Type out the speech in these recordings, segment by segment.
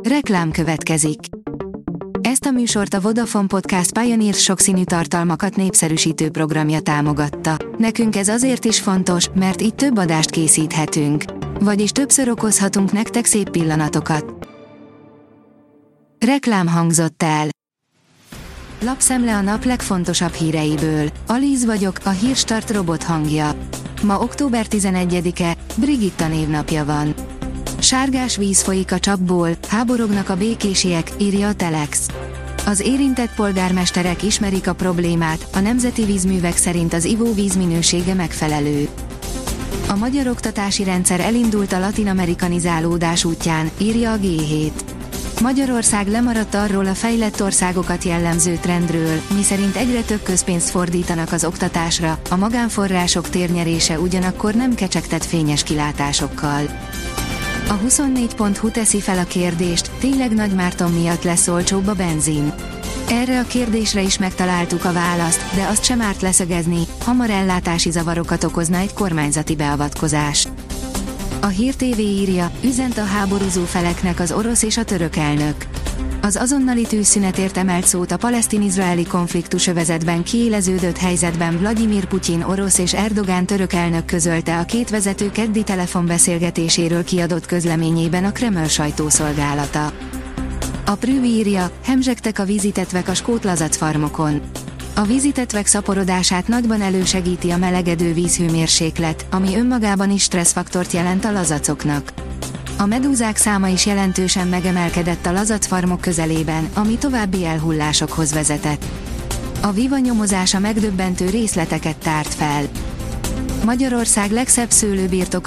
Reklám következik. Ezt a műsort a Vodafone Podcast Pioneer sokszínű tartalmakat népszerűsítő programja támogatta. Nekünk ez azért is fontos, mert így több adást készíthetünk. Vagyis többször okozhatunk nektek szép pillanatokat. Reklám hangzott el. Lapszemle a nap legfontosabb híreiből. Alíz vagyok, a Hírstart robot hangja. Ma október 11-e, Brigitta névnapja van. Sárgás víz folyik a csapból, háborognak a békésiek, írja a Telex. Az érintett polgármesterek ismerik a problémát, a nemzeti vízművek szerint az ivóvíz minősége megfelelő. A magyar oktatási rendszer elindult a latin-amerikanizálódás útján, írja a G7. Magyarország lemaradt arról a fejlett országokat jellemző trendről, miszerint egyre több közpénzt fordítanak az oktatásra, a magánforrások térnyerése ugyanakkor nem kecsegtet fényes kilátásokkal. A 24.hu teszi fel a kérdést, tényleg Nagymárton miatt lesz olcsóbb a benzin? Erre a kérdésre is megtaláltuk a választ, de azt sem árt leszögezni, hamar ellátási zavarokat okozna egy kormányzati beavatkozás. A Hír TV írja, üzent a háborúzó feleknek az orosz és a török elnök. Az azonnali tűzszünetért emelt szót a palesztin-izraeli konfliktus övezetben kiéleződött helyzetben Vladimir Putyin orosz és Erdogán török elnök közölte a két vezető keddi telefonbeszélgetéséről kiadott közleményében a Kreml sajtószolgálata. A Prüv írja, hemzsegtek a vízitetvek a skót lazacfarmokon. A vízitetvek szaporodását nagyban elősegíti a melegedő vízhőmérséklet, ami önmagában is stresszfaktort jelent a lazacoknak. A medúzák száma is jelentősen megemelkedett a lazacfarmok közelében, ami további elhullásokhoz vezetett. A Viva nyomozása megdöbbentő részleteket tárt fel. Magyarország legszebb szőlőbirtoka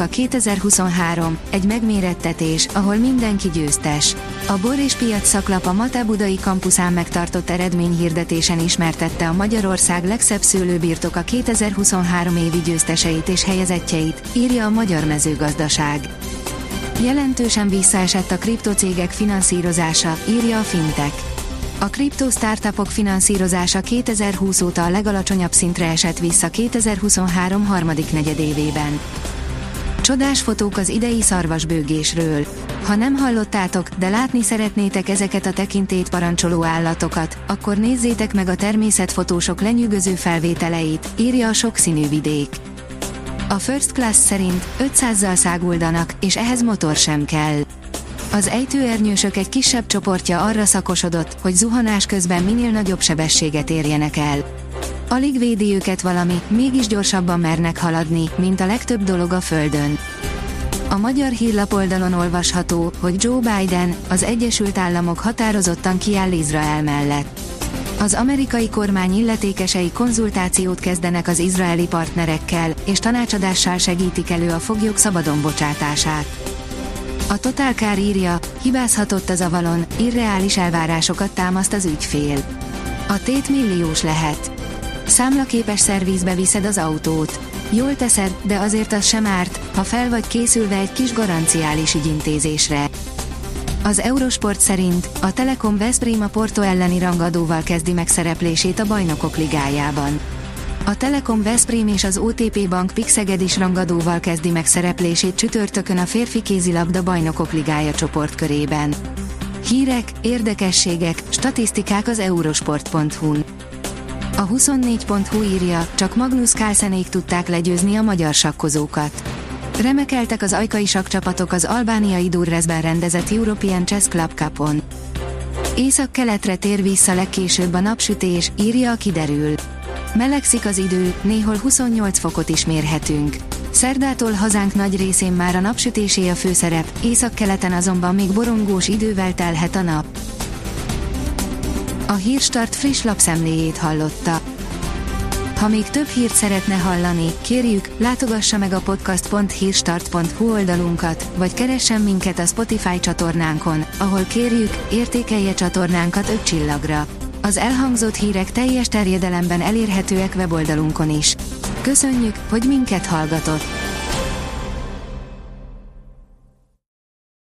2023, egy megmérettetés, ahol mindenki győztes. A Bor és Piac szaklap a Maté budai kampuszán megtartott eredményhirdetésen ismertette a Magyarország legszebb szőlőbirtoka 2023 évi győzteseit és helyezettjeit, írja a Magyar Mezőgazdaság. Jelentősen visszaesett a kriptocégek finanszírozása, írja a Fintech. A kripto-startupok finanszírozása 2020 óta a legalacsonyabb szintre esett vissza 2023 harmadik negyedévében. Csodás fotók az idei szarvasbőgésről. Ha nem hallottátok, de látni szeretnétek ezeket a tekintélyt parancsoló állatokat, akkor nézzétek meg a természetfotósok lenyűgöző felvételeit, írja a sokszínű vidék. A First Class szerint 500-zal száguldanak, és ehhez motor sem kell. Az ejtőernyősök egy kisebb csoportja arra szakosodott, hogy zuhanás közben minél nagyobb sebességet érjenek el. Alig védi őket valami, mégis gyorsabban mernek haladni, mint a legtöbb dolog a Földön. A magyar hírlapoldalon olvasható, hogy Joe Biden, az Egyesült Államok határozottan kiáll Izrael mellett. Az amerikai kormány illetékesei konzultációt kezdenek az izraeli partnerekkel, és tanácsadással segítik elő a foglyok szabadon bocsátását. A Total Car írja, hibázhatott az Avalon, irreális elvárásokat támaszt az ügyfél. A tét milliós lehet. Számlaképes szervizbe viszed az autót. Jól teszed, de azért az sem árt, ha fel vagy készülve egy kis garanciális ügyintézésre. Az Eurosport szerint a Telekom Veszprém a Porto elleni rangadóval kezdi meg szereplését a Bajnokok Ligájában. A Telekom Veszprém és az OTP Bank Pixeged is rangadóval kezdi meg szereplését csütörtökön a férfi kézilabda Bajnokok Ligája csoportkörében. Hírek, érdekességek, statisztikák az eurosport.hu-n. A 24.hu írja, csak Magnus Carlsenék tudták legyőzni a magyar sakkozókat. Remekeltek az ajkai sakkcsapatok az albániai Durrësben rendezett European Chess Club Cupon. Észak-keletre tér vissza legkésőbb a napsütés, írja a Kiderül. Melegszik az idő, néhol 28 fokot is mérhetünk. Szerdától hazánk nagy részén már a napsütésé a főszerep, északkeleten azonban még borongós idővel telhet a nap. A Hírstart friss lapszemléjét hallotta. Ha még több hírt szeretne hallani, kérjük, látogassa meg a podcast.hírstart.hu oldalunkat, vagy keressen minket a Spotify csatornánkon, ahol kérjük, értékelje csatornánkat 5 csillagra. Az elhangzott hírek teljes terjedelemben elérhetőek weboldalunkon is. Köszönjük, hogy minket hallgatott!